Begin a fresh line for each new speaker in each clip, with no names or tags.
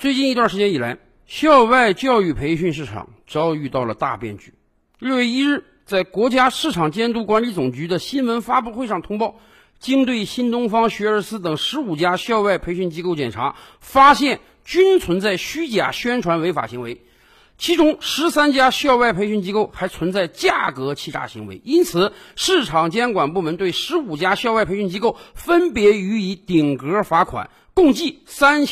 最近一段时间以来，校外教育培训市场遭遇到了大变局。6月1日，在国家市场监督管理总局的新闻发布会上通报，经对新东方、学而思等15家校外培训机构检查，发现均存在虚假宣传违法行为。其中13家校外培训机构还存在价格欺诈行为，因此市场监管部门对15家校外培训机构分别予以顶格罚款，共计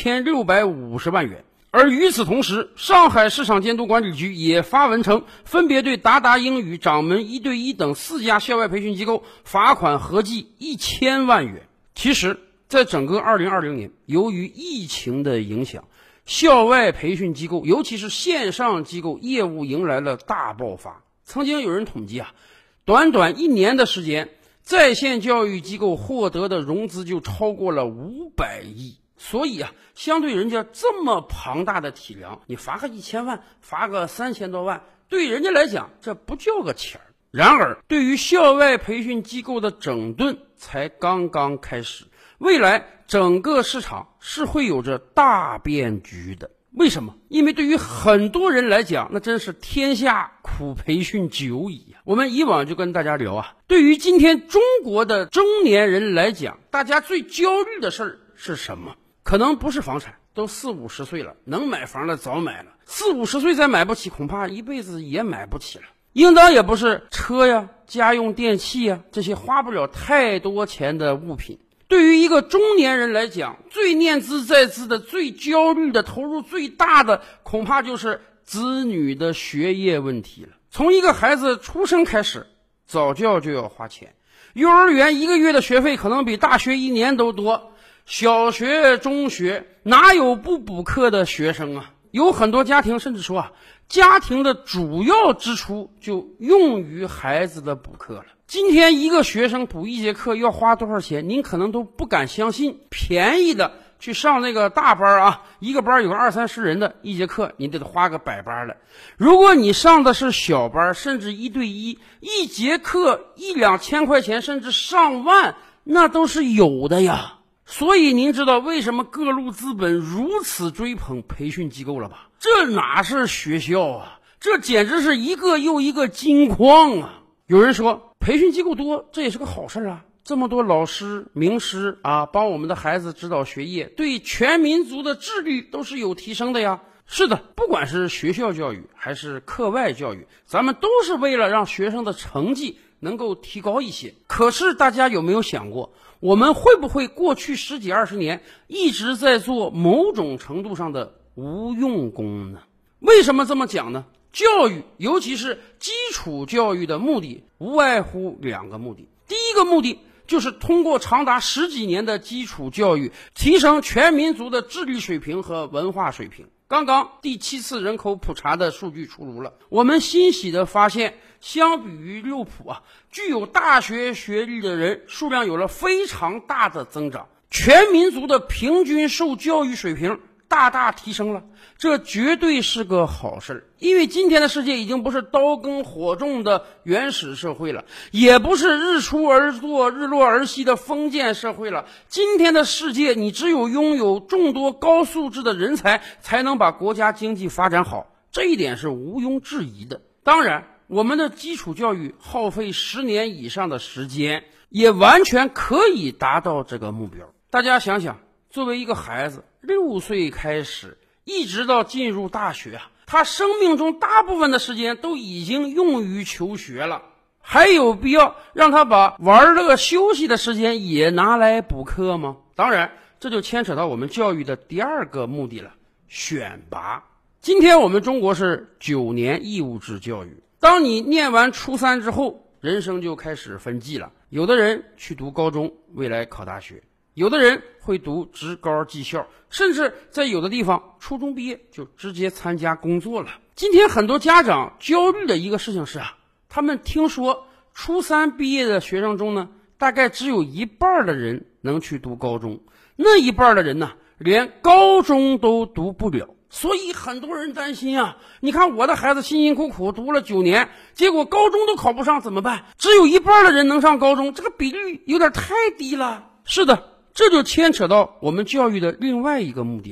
3650万元。而与此同时，上海市场监督管理局也发文称，分别对达达英语、掌门1对1等4家校外培训机构罚款合计1000万元。其实在整个2020年，由于疫情的影响，校外培训机构，尤其是线上机构业务迎来了大爆发。曾经有人统计短短1年的时间，在线教育机构获得的融资就超过了500亿。所以相对人家这么庞大的体量，你罚个1000万，罚个3000多万，对人家来讲这不叫个钱儿。然而对于校外培训机构的整顿才刚刚开始，未来整个市场是会有着大变局的。为什么？因为对于很多人来讲，那真是天下苦培训久矣我们以往就跟大家聊对于今天中国的中年人来讲，大家最焦虑的事儿是什么？可能不是房产，都40、50岁了，能买房的早买了，40、50岁再买不起，恐怕一辈子也买不起了。应当也不是车呀、家用电器这些花不了太多钱的物品。对于一个中年人来讲，最念兹在兹的、最焦虑的、投入最大的，恐怕就是子女的学业问题了。从一个孩子出生开始，早教就要花钱，幼儿园1个月的学费可能比大学1年都多，小学、中学哪有不补课的学生有很多家庭甚至说家庭的主要支出就用于孩子的补课了。今天一个学生补1节课要花多少钱，您可能都不敢相信。便宜的去上那个大班一个班有个20-30人的1节课，你得花个100班了。如果你上的是小班，甚至1对1，1节课1-2千块钱，甚至上万，那都是有的呀。所以您知道为什么各路资本如此追捧培训机构了吧？这哪是学校这简直是一个又一个金矿有人说培训机构多，这也是个好事这么多老师、名师帮我们的孩子指导学业，对全民族的智力都是有提升的呀。是的，不管是学校教育还是课外教育，咱们都是为了让学生的成绩能够提高一些。可是大家有没有想过，我们会不会过去10几20年一直在做某种程度上的无用功呢？为什么这么讲呢？教育，尤其是基础教育的目的无外乎2个目的。第一个目的就是通过长达10几年的基础教育，提升全民族的智力水平和文化水平。刚刚第7次人口普查的数据出炉了，我们欣喜地发现，相比于六普具有大学学历的人数量有了非常大的增长，全民族的平均受教育水平大大提升了，这绝对是个好事。因为今天的世界已经不是刀耕火种的原始社会了，也不是日出而作日落而息的封建社会了。今天的世界，你只有拥有众多高素质的人才，才能把国家经济发展好，这一点是毋庸置疑的。当然，我们的基础教育耗费10年以上的时间，也完全可以达到这个目标。大家想想，作为一个孩子，6岁开始一直到进入大学他生命中大部分的时间都已经用于求学了，还有必要让他把玩乐休息的时间也拿来补课吗？当然，这就牵扯到我们教育的第2个目的了，选拔。今天我们中国是9年义务制教育，当你念完初3之后，人生就开始分季了。有的人去读高中，未来考大学，有的人会读职高技校，甚至在有的地方初中毕业就直接参加工作了。今天很多家长焦虑的一个事情是他们听说初3毕业的学生中呢，大概只有1半的人能去读高中，那1半的人呢，连高中都读不了。所以很多人担心你看我的孩子辛辛苦苦读了9年，结果高中都考不上怎么办？只有1半的人能上高中，这个比率有点太低了。是的，这就牵扯到我们教育的另外一个目的了。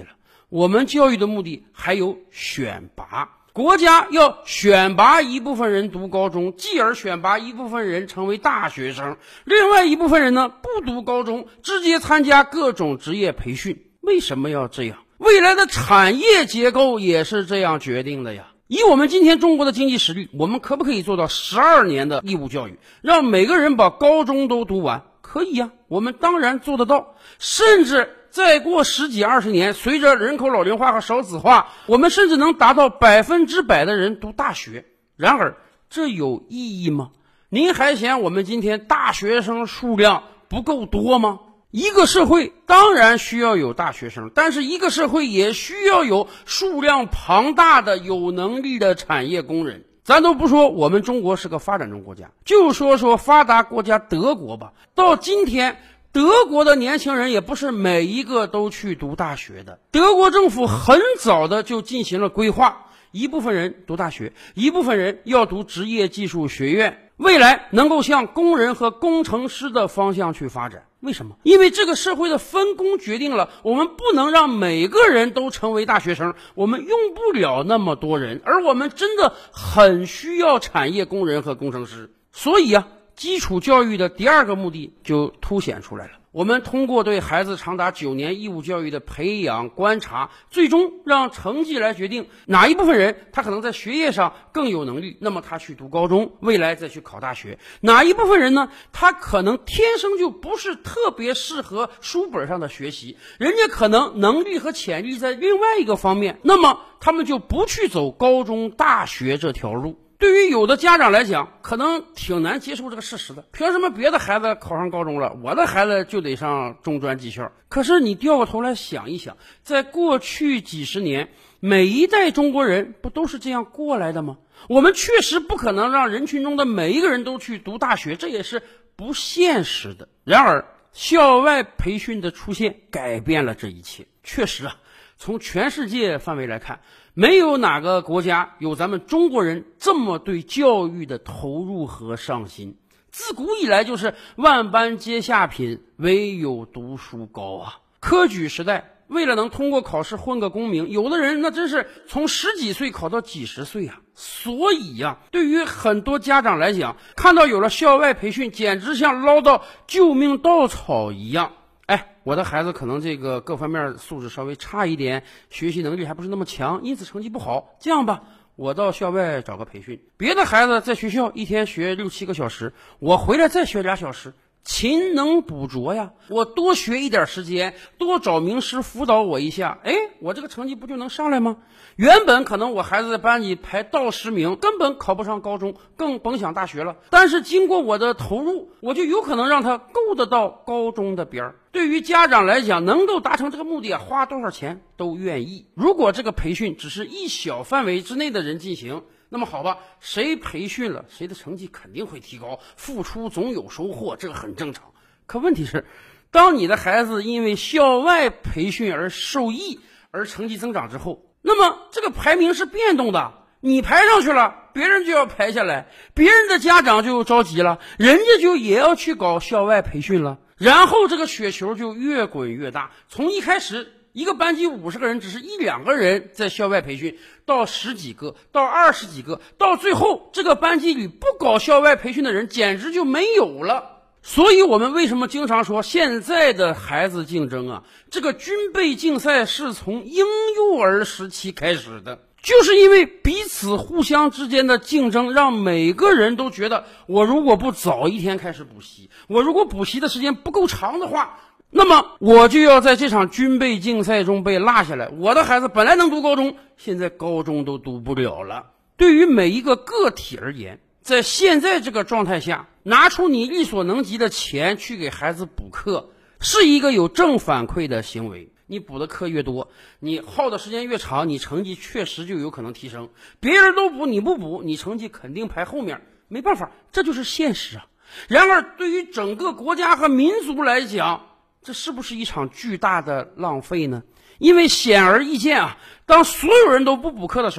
我们教育的目的还有选拔。国家要选拔一部分人读高中，继而选拔一部分人成为大学生，另外一部分人呢不读高中，直接参加各种职业培训。为什么要这样？未来的产业结构也是这样决定的呀。以我们今天中国的经济实力，我们可不可以做到12年的义务教育，让每个人把高中都读完？可以呀，我们当然做得到。甚至再过10几20年，随着人口老龄化和少子化，我们甚至能达到100%的人读大学。然而这有意义吗？您还嫌我们今天大学生数量不够多吗？一个社会当然需要有大学生，但是一个社会也需要有数量庞大的有能力的产业工人。咱都不说我们中国是个发展中国家，就说发达国家德国吧，到今天德国的年轻人也不是每一个都去读大学的。德国政府很早的就进行了规划，一部分人读大学，一部分人要读职业技术学院，未来能够向工人和工程师的方向去发展。为什么？因为这个社会的分工决定了我们不能让每个人都成为大学生，我们用不了那么多人，而我们真的很需要产业工人和工程师。所以基础教育的第二个目的就凸显出来了。我们通过对孩子长达9年义务教育的培养观察，最终让成绩来决定哪一部分人他可能在学业上更有能力，那么他去读高中，未来再去考大学。哪一部分人呢，他可能天生就不是特别适合书本上的学习，人家可能能力和潜力在另外一个方面，那么他们就不去走高中大学这条路。对于有的家长来讲，可能挺难接受这个事实的。凭什么别的孩子考上高中了，我的孩子就得上中专技校？可是你掉过头来想一想，在过去几十年，每一代中国人不都是这样过来的吗？我们确实不可能让人群中的每一个人都去读大学，这也是不现实的。然而校外培训的出现改变了这一切。确实从全世界范围来看，没有哪个国家有咱们中国人这么对教育的投入和上心。自古以来就是万般皆下品，唯有读书高啊。科举时代，为了能通过考试混个功名，有的人那真是从10几岁考到几十岁啊。所以对于很多家长来讲，看到有了校外培训，简直像捞到救命稻草一样。我的孩子可能这个各方面素质稍微差一点，学习能力还不是那么强，因此成绩不好。这样吧，我到校外找个培训。别的孩子在学校一天学6、7个小时，我回来再学2小时，勤能补拙呀。我多学一点时间，多找名师辅导我一下，我这个成绩不就能上来吗？原本可能我孩子在班里排倒10名，根本考不上高中，更甭想大学了。但是经过我的投入，我就有可能让他够得到高中的边儿。对于家长来讲，能够达成这个目的花多少钱都愿意。如果这个培训只是一小范围之内的人进行，那么好吧，谁培训了，谁的成绩肯定会提高，付出总有收获，这个很正常。可问题是，当你的孩子因为校外培训而受益，而成绩增长之后，那么这个排名是变动的，你排上去了，别人就要排下来，别人的家长就着急了，人家就也要去搞校外培训了，然后这个雪球就越滚越大。从一开始一个班级50个人，只是1、2个人在校外培训，到10几个，到20几个，到最后这个班级里不搞校外培训的人简直就没有了。所以我们为什么经常说现在的孩子竞争这个军备竞赛是从婴幼儿时期开始的，就是因为彼此互相之间的竞争，让每个人都觉得我如果不早一天开始补习，我如果补习的时间不够长的话，那么我就要在这场军备竞赛中被落下来。我的孩子本来能读高中，现在高中都读不了了。对于每一个个体而言，在现在这个状态下，拿出你力所能及的钱去给孩子补课，是一个有正反馈的行为。你补的课越多，你耗的时间越长，你成绩确实就有可能提升。别人都补你不补，你成绩肯定排后面，没办法，这就是现实啊。然而对于整个国家和民族来讲，这是不是一场巨大的浪费呢？因为显而易见当所有人都不补课的时候，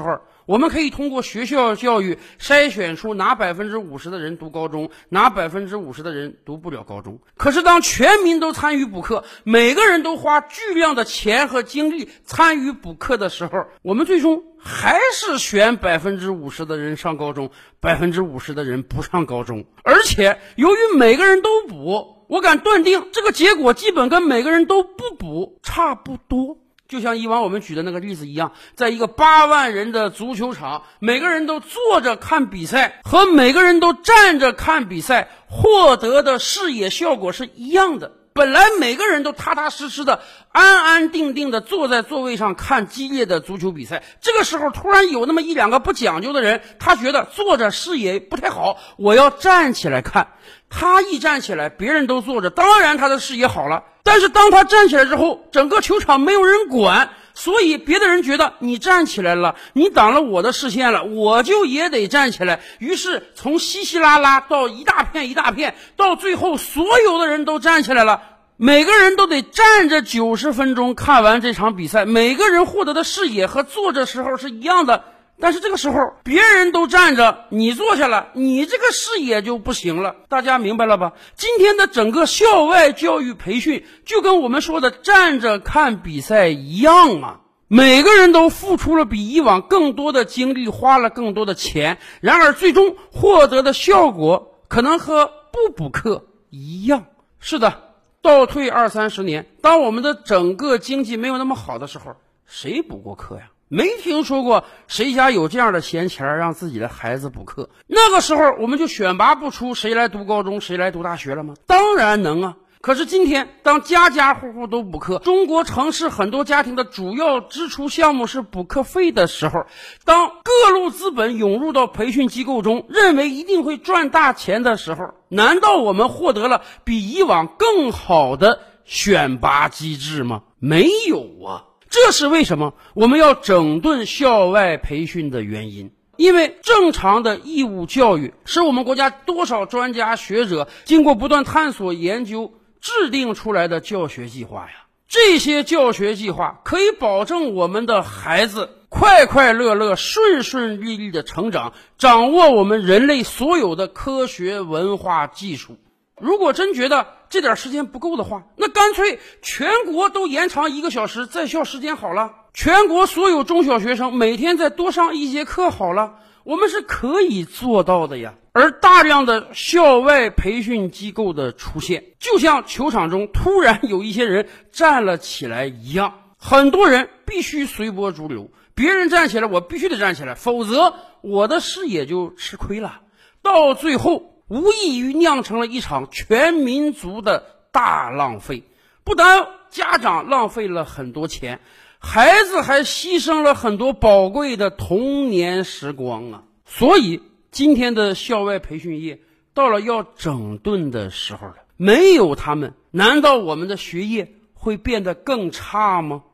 我们可以通过学校教育筛选出哪50%的人读高中，哪50%的人读不了高中。可是当全民都参与补课，每个人都花巨量的钱和精力参与补课的时候，我们最终还是选50%的人上高中，50%的人不上高中。而且由于每个人都补，我敢断定这个结果基本跟每个人都不补差不多。就像以往我们举的那个例子一样，在一个8万人的足球场，每个人都坐着看比赛，和每个人都站着看比赛获得的视野效果是一样的。本来每个人都踏踏实实的安安定定的坐在座位上看激烈的足球比赛，这个时候突然有那么一两个不讲究的人，他觉得坐着视野不太好，我要站起来看。他一站起来，别人都坐着，当然他的视野好了。但是当他站起来之后，整个球场没有人管，所以别的人觉得你站起来了，你挡了我的视线了，我就也得站起来。于是从稀稀拉拉到一大片一大片，到最后所有的人都站起来了，每个人都得站着90分钟看完这场比赛，每个人获得的视野和坐着时候是一样的。但是这个时候别人都站着，你坐下了，你这个视野就不行了。大家明白了吧？今天的整个校外教育培训就跟我们说的站着看比赛一样啊，每个人都付出了比以往更多的精力，花了更多的钱，然而最终获得的效果可能和不补课一样。是的，倒退20-30年，当我们的整个经济没有那么好的时候，谁补过课呀？没听说过谁家有这样的闲钱让自己的孩子补课。那个时候我们就选拔不出谁来读高中谁来读大学了吗？当然能啊。可是今天当家家户户都补课，中国城市很多家庭的主要支出项目是补课费的时候，当各路资本涌入到培训机构中，认为一定会赚大钱的时候，难道我们获得了比以往更好的选拔机制吗？没有啊。这是为什么我们要整顿校外培训的原因。因为正常的义务教育是我们国家多少专家学者经过不断探索研究制定出来的教学计划呀。这些教学计划可以保证我们的孩子快快乐乐顺顺利利的成长，掌握我们人类所有的科学文化技术。如果真觉得这点时间不够的话，那干脆全国都延长1个小时在校时间好了，全国所有中小学生每天再多上1节课好了，我们是可以做到的呀。而大量的校外培训机构的出现，就像球场中突然有一些人站了起来一样，很多人必须随波逐流，别人站起来我必须得站起来，否则我的视野就吃亏了，到最后无异于酿成了一场全民族的大浪费。不但家长浪费了很多钱，孩子还牺牲了很多宝贵的童年时光啊。所以今天的校外培训业到了要整顿的时候了，没有他们，难道我们的学业会变得更差吗？